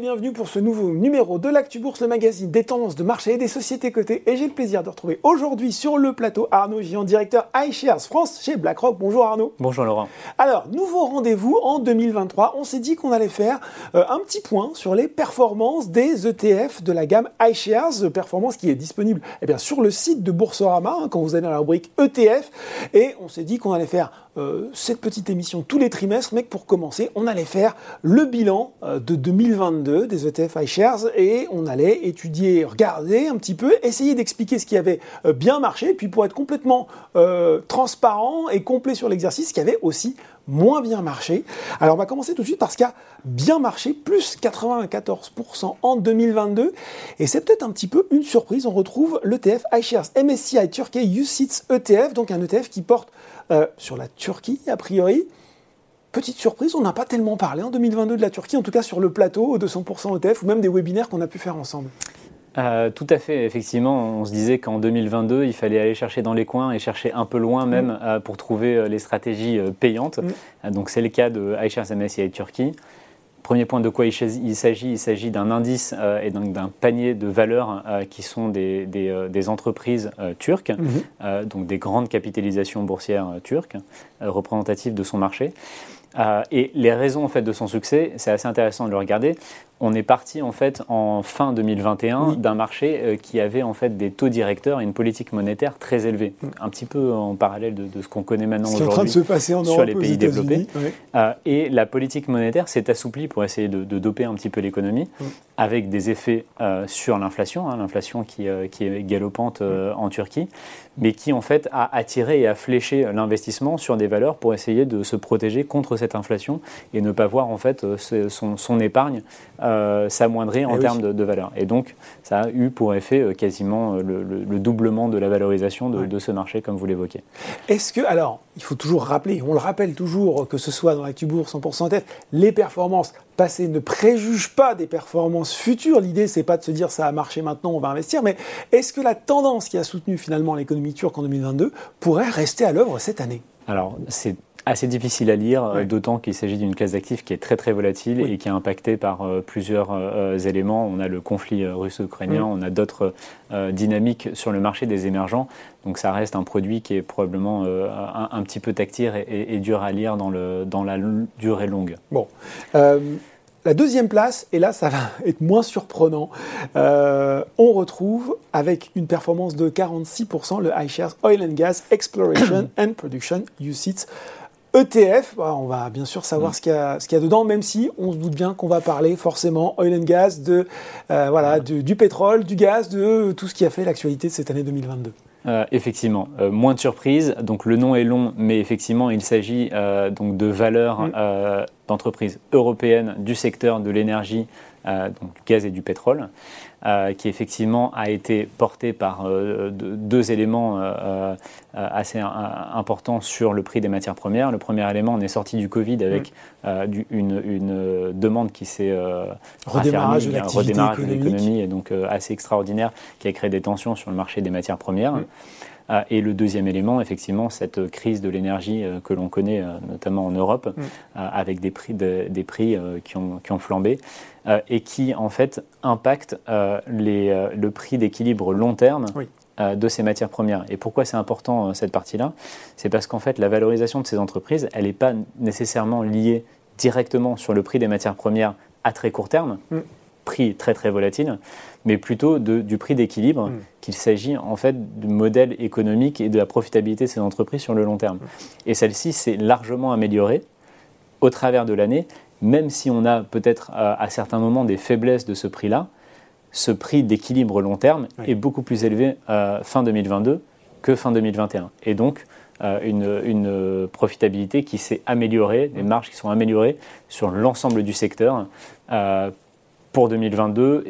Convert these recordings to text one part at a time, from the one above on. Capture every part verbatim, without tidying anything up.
bienvenue pour ce nouveau numéro de l'Actu Bourse, le magazine des tendances de marché et des sociétés cotées. Et j'ai le plaisir de retrouver aujourd'hui sur le plateau Arnaud Gillon, directeur iShares France chez BlackRock. Bonjour Arnaud. Bonjour Laurent. Alors, nouveau rendez-vous en deux mille vingt-trois. On s'est dit qu'on allait faire euh, un petit point sur les performances des E T F de la gamme iShares, performance qui est disponible eh bien, sur le site de Boursorama, hein, quand vous allez dans la rubrique E T F. Et on s'est dit qu'on allait faire euh, cette petite émission tous les trimestres, mais que pour commencer, on allait faire le bilan euh, de deux mille vingt-deux des E T F iShares et on allait étudier, regarder un petit peu, essayer d'expliquer ce qui avait euh, bien marché, puis pour être complètement euh, transparent et complet sur l'exercice, ce qui avait aussi moins bien marché. Alors on va commencer tout de suite par ce qui a bien marché, plus quatre-vingt-quatorze pour cent en deux mille vingt-deux, et c'est peut-être un petit peu une surprise. On retrouve l'E T F iShares M S C I Turkey U C I T S E T F, donc un E T F qui porte euh, sur la Turquie a priori. Petite surprise, on n'a pas tellement parlé en deux mille vingt-deux de la Turquie, en tout cas sur le plateau de cent pour cent E T F ou même des webinaires qu'on a pu faire ensemble. Euh, tout à fait, effectivement, on se disait qu'en deux mille vingt-deux, il fallait aller chercher dans les coins et chercher un peu loin même mmh. euh, pour trouver euh, les stratégies euh, payantes. Mmh. Euh, donc c'est le cas de iShares M S C I Turkey. Premier point, de quoi il s'agit? Il s'agit d'un indice euh, et donc d'un panier de valeurs euh, qui sont des, des, euh, des entreprises euh, turques, mmh. euh, donc des grandes capitalisations boursières euh, turques, euh, représentatives de son marché. Euh, et les raisons en fait, de son succès, c'est assez intéressant de le regarder. On est parti en fait en fin deux mille vingt et un oui. d'un marché euh, qui avait en fait des taux directeurs et une politique monétaire très élevée, mmh. un petit peu en parallèle de, de ce qu'on connaît maintenant aujourd'hui sur Europe, les pays développés. Oui. Euh, et la politique monétaire s'est assouplie pour essayer de, de doper un petit peu l'économie, mmh. avec des effets euh, sur l'inflation, hein, l'inflation qui, euh, qui est galopante euh, mmh. en Turquie, mais qui en fait a attiré et a fléché l'investissement sur des valeurs pour essayer de se protéger contre cette inflation et ne pas voir en fait son, son épargne Euh, s'amoindrir en oui. termes de, de valeur. Et donc, ça a eu pour effet euh, quasiment euh, le, le, le doublement de la valorisation de, ouais. de ce marché, comme vous l'évoquez. Est-ce que, alors, il faut toujours rappeler, on le rappelle toujours, que ce soit dans l'Actu Bourse cent pour cent T F, les performances passées ne préjugent pas des performances futures. L'idée, c'est pas de se dire ça a marché maintenant, on va investir, mais est-ce que la tendance qui a soutenu finalement l'économie turque en deux mille vingt-deux pourrait rester à l'œuvre cette année? Alors, c'est assez difficile à lire, oui. d'autant qu'il s'agit d'une classe d'actifs qui est très très volatile oui. et qui est impactée par euh, plusieurs euh, éléments. On a le conflit euh, russo-ukrainien, oui. on a d'autres euh, dynamiques sur le marché des émergents. Donc ça reste un produit qui est probablement euh, un, un petit peu tactile et, et, et dur à lire dans, le, dans la durée longue. Bon. Euh... La deuxième place, et là ça va être moins surprenant, euh, on retrouve avec une performance de quarante-six pour cent le iShares Oil and Gas Exploration and Production U C I T S E T F. On va bien sûr savoir mmh. ce qu'il y a, ce qu'il y a dedans, même si on se doute bien qu'on va parler forcément oil and gas, de, euh, voilà, du, du pétrole, du gaz, de tout ce qui a fait l'actualité de cette année deux mille vingt-deux. Euh, effectivement, euh, moins de surprises. Donc le nom est long, mais effectivement, il s'agit euh, donc de valeurs mmh. euh, d'entreprises européennes du secteur de l'énergie, euh, donc du gaz et du pétrole, euh, qui effectivement a été porté par euh, deux, deux éléments euh, euh, assez un, importants sur le prix des matières premières. Le premier élément, on est sorti du Covid avec mmh. euh, du, une, une demande qui s'est euh, redémarrage raffermie, de l'activité redémarrage économique. de l'économie, et donc euh, assez extraordinaire, qui a créé des tensions sur le marché des matières premières. Mmh. Euh, et le deuxième élément, effectivement, cette crise de l'énergie euh, que l'on connaît euh, notamment en Europe, mmh. euh, avec des prix, de, des prix euh, qui, ont, qui ont flambé euh, et qui, en fait, impactent euh, les, euh, le prix d'équilibre long terme oui. euh, de ces matières premières. Et pourquoi c'est important, euh, cette partie-là? C'est parce qu'en fait, la valorisation de ces entreprises, elle n'est pas nécessairement liée directement sur le prix des matières premières à très court terme, mmh. prix très très volatile, mais plutôt de, du prix d'équilibre, mmh. qu'il s'agit en fait du modèle économique et de la profitabilité de ces entreprises sur le long terme. Mmh. Et celle-ci s'est largement améliorée au travers de l'année, même si on a peut-être à, à certains moments des faiblesses de ce prix-là, ce prix d'équilibre long terme oui. est beaucoup plus élevé euh, fin deux mille vingt-deux que fin deux mille vingt et un. Et donc, euh, une, une profitabilité qui s'est améliorée, des marges qui sont améliorées sur l'ensemble du secteur euh, pour deux mille vingt-deux et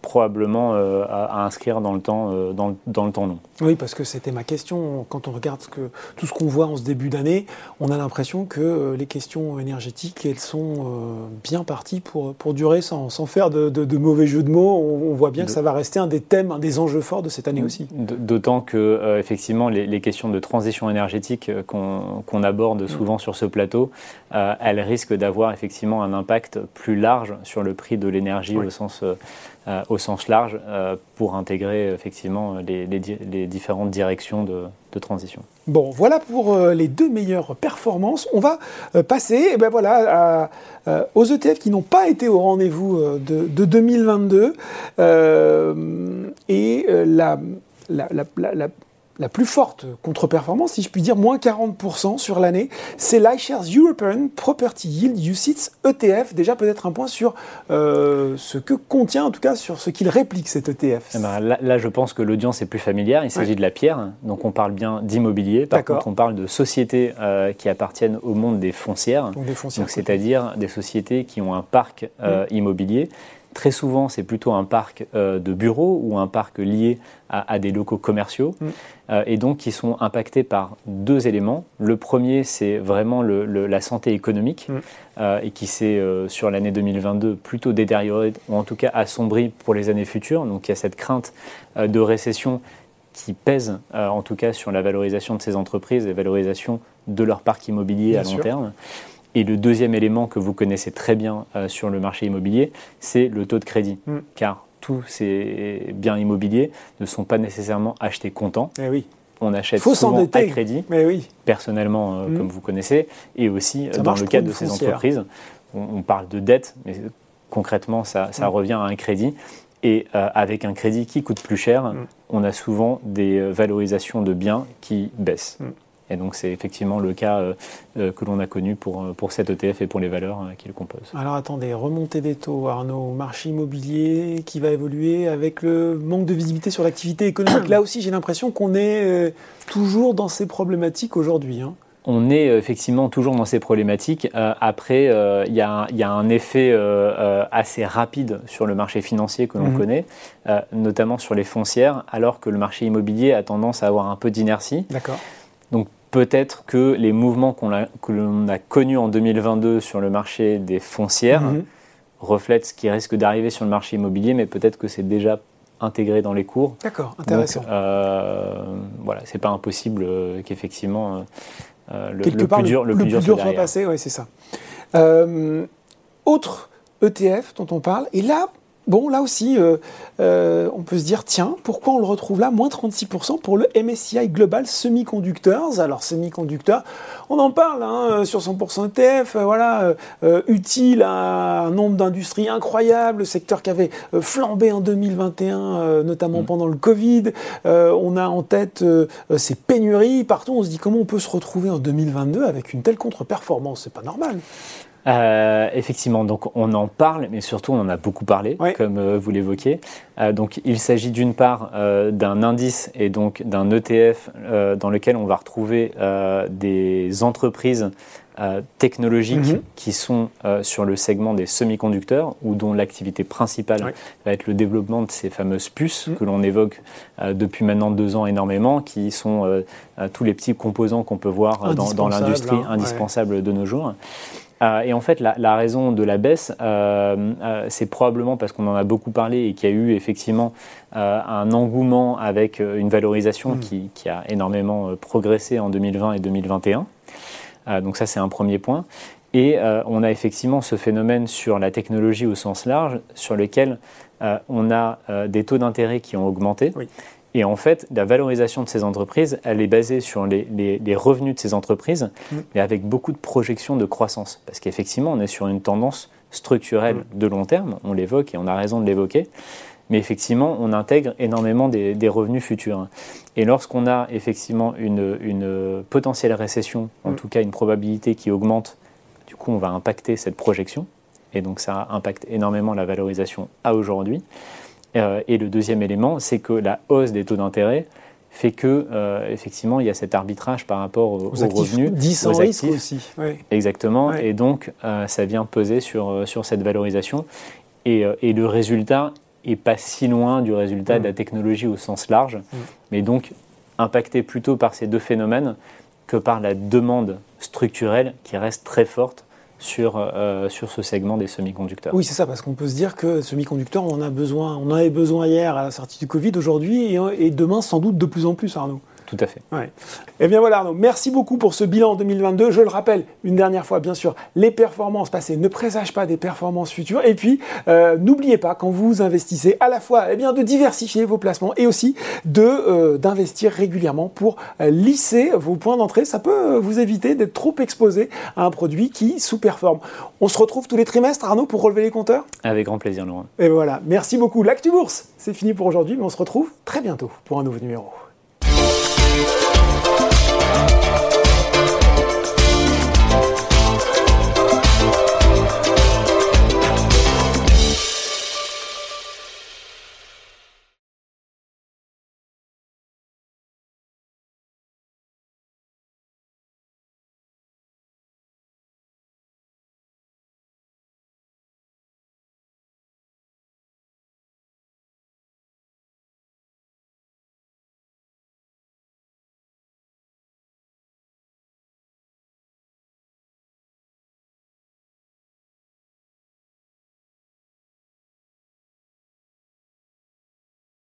probablement euh, à, à inscrire dans le temps, euh, dans, le, dans le temps long. Oui, parce que c'était ma question. Quand on regarde ce que, tout ce qu'on voit en ce début d'année, on a l'impression que euh, les questions énergétiques, elles sont euh, bien parties pour, pour durer sans, sans faire de, de, de mauvais jeux de mots. On, on voit bien de... que ça va rester un des thèmes, un des enjeux forts de cette année aussi. D'autant que, euh, effectivement, les, les questions de transition énergétique qu'on, qu'on aborde souvent mmh. sur ce plateau, euh, elles risquent d'avoir effectivement un impact plus large sur le prix de l'énergie oui. au sens... Euh, Euh, au sens large euh, pour intégrer effectivement les, les, les différentes directions de, de transition. Bon, voilà pour euh, les deux meilleures performances. On va euh, passer eh ben voilà, à, à, aux E T F qui n'ont pas été au rendez-vous euh, de, de deux mille vingt-deux. Euh, et euh, la, la, la, la, la La plus forte contre-performance, si je puis dire, moins quarante pour cent sur l'année, c'est l'iShares European Property Yield U C I T S E T F. Déjà peut-être un point sur euh, ce que contient, en tout cas sur ce qu'il réplique cet E T F. Eh ben, là, là, je pense que l'audience est plus familière. Il s'agit ouais. de la pierre, donc on parle bien d'immobilier. Par D'accord. contre, on parle de sociétés euh, qui appartiennent au monde des foncières, donc, des foncières, donc c'est-à-dire des sociétés qui ont un parc euh, mmh. immobilier. Très souvent, c'est plutôt un parc euh, de bureaux ou un parc lié à, à des locaux commerciaux mmh. euh, et donc qui sont impactés par deux éléments. Le premier, c'est vraiment le, le, la santé économique mmh. euh, et qui s'est, euh, sur l'année deux mille vingt-deux, plutôt détériorée ou en tout cas assombrie pour les années futures. Donc il y a cette crainte euh, de récession qui pèse euh, en tout cas sur la valorisation de ces entreprises et la valorisation de leur parc immobilier Bien à long sûr. terme. Et le deuxième élément que vous connaissez très bien euh, sur le marché immobilier, c'est le taux de crédit. Mm. Car tous ces biens immobiliers ne sont pas nécessairement achetés comptant. Eh oui. On achète Faut souvent s'endetter. à crédit, Mais oui. personnellement, euh, mm. comme vous connaissez, et aussi ça dans le cadre de ces foncière. entreprises. On, on parle de dette, mais concrètement, ça, ça mm. revient à un crédit. Et euh, avec un crédit qui coûte plus cher, mm. on a souvent des valorisations de biens qui baissent. Mm. Et donc, c'est effectivement le cas euh, euh, que l'on a connu pour, pour cet E T F et pour les valeurs euh, qui le composent. Alors, attendez, remontée des taux, Arnaud, marché immobilier qui va évoluer avec le manque de visibilité sur l'activité économique. Là aussi, j'ai l'impression qu'on est euh, toujours dans ces problématiques aujourd'hui. Hein. On est euh, effectivement toujours dans ces problématiques. Euh, après, il euh, y, y a un effet euh, euh, assez rapide sur le marché financier que l'on mmh. connaît, euh, notamment sur les foncières, alors que le marché immobilier a tendance à avoir un peu d'inertie. D'accord. Donc peut-être que les mouvements qu'on a, que l'on a connus en deux mille vingt-deux sur le marché des foncières mmh. reflètent ce qui risque d'arriver sur le marché immobilier, mais peut-être que c'est déjà intégré dans les cours. D'accord, intéressant. Donc, euh, voilà, c'est pas impossible euh, qu'effectivement euh, le, Quelque le part, plus dur, le, le plus dur, plus dur soit, soit passé, oui, c'est ça. Euh, autre E T F dont on parle, et là, bon, là aussi, euh, euh, on peut se dire, tiens, pourquoi on le retrouve là, moins trente-six pour cent pour le M S C I Global Semiconductors. Alors, semi-conducteurs, on en parle hein, sur cent pour cent E T F, euh, voilà, euh, utile à un nombre d'industries incroyables, le secteur qui avait euh, flambé en deux mille vingt et un, euh, notamment mmh. pendant le Covid. Euh, on a en tête euh, ces pénuries. Partout, on se dit, comment on peut se retrouver en deux mille vingt-deux avec une telle contre-performance? C'est pas normal. Euh, effectivement, donc on en parle, mais surtout on en a beaucoup parlé, ouais. comme euh, vous l'évoquiez. Euh, donc il s'agit d'une part euh, d'un indice et donc d'un E T F euh, dans lequel on va retrouver euh, des entreprises euh, technologiques mm-hmm. qui sont euh, sur le segment des semi-conducteurs ou dont l'activité principale ouais. va être le développement de ces fameuses puces mm. que l'on évoque euh, depuis maintenant deux ans énormément, qui sont euh, euh, tous les petits composants qu'on peut voir dans, dans l'industrie hein, indispensables ouais. de nos jours. Euh, et en fait, la, la raison de la baisse, euh, euh, c'est probablement parce qu'on en a beaucoup parlé et qu'il y a eu effectivement euh, un engouement avec une valorisation mmh. qui, qui a énormément progressé en deux mille vingt et deux mille vingt et un. Euh, donc ça, c'est un premier point. Et euh, on a effectivement ce phénomène sur la technologie au sens large, sur lequel euh, on a euh, des taux d'intérêt qui ont augmenté. Oui. Et en fait, la valorisation de ces entreprises, elle est basée sur les, les, les revenus de ces entreprises, mmh. mais avec beaucoup de projections de croissance. Parce qu'effectivement, on est sur une tendance structurelle mmh. de long terme, on l'évoque et on a raison de l'évoquer, mais effectivement, on intègre énormément des, des revenus futurs. Et lorsqu'on a effectivement une, une potentielle récession, en mmh. tout cas une probabilité qui augmente, du coup, on va impacter cette projection, et donc ça impacte énormément la valorisation à aujourd'hui. Euh, et le deuxième élément, c'est que la hausse des taux d'intérêt fait que, euh, effectivement, il y a cet arbitrage par rapport aux, aux, aux revenus, dix sans risque aussi. Oui. Exactement, oui. et donc euh, ça vient peser sur, sur cette valorisation. Et, euh, et le résultat est pas si loin du résultat mmh. de la technologie au sens large, mmh. mais donc impacté plutôt par ces deux phénomènes que par la demande structurelle qui reste très forte sur, euh, sur ce segment des semi-conducteurs. Oui, c'est ça, parce qu'on peut se dire que semi-conducteurs, on en a besoin, on en avait besoin hier à la sortie du Covid, aujourd'hui, et, et demain, sans doute de plus en plus, Arnaud. Tout à fait. Ouais. Eh bien voilà Arnaud, merci beaucoup pour ce bilan deux mille vingt-deux. Je le rappelle une dernière fois, bien sûr, les performances passées ne présagent pas des performances futures. Et puis, euh, n'oubliez pas, quand vous investissez, à la fois eh bien, de diversifier vos placements et aussi de, euh, d'investir régulièrement pour euh, lisser vos points d'entrée. Ça peut vous éviter d'être trop exposé à un produit qui sous-performe. On se retrouve tous les trimestres, Arnaud, pour relever les compteurs ? Avec grand plaisir, Laurent. Et voilà, merci beaucoup. L'Actu Bourse, c'est fini pour aujourd'hui, mais on se retrouve très bientôt pour un nouveau numéro.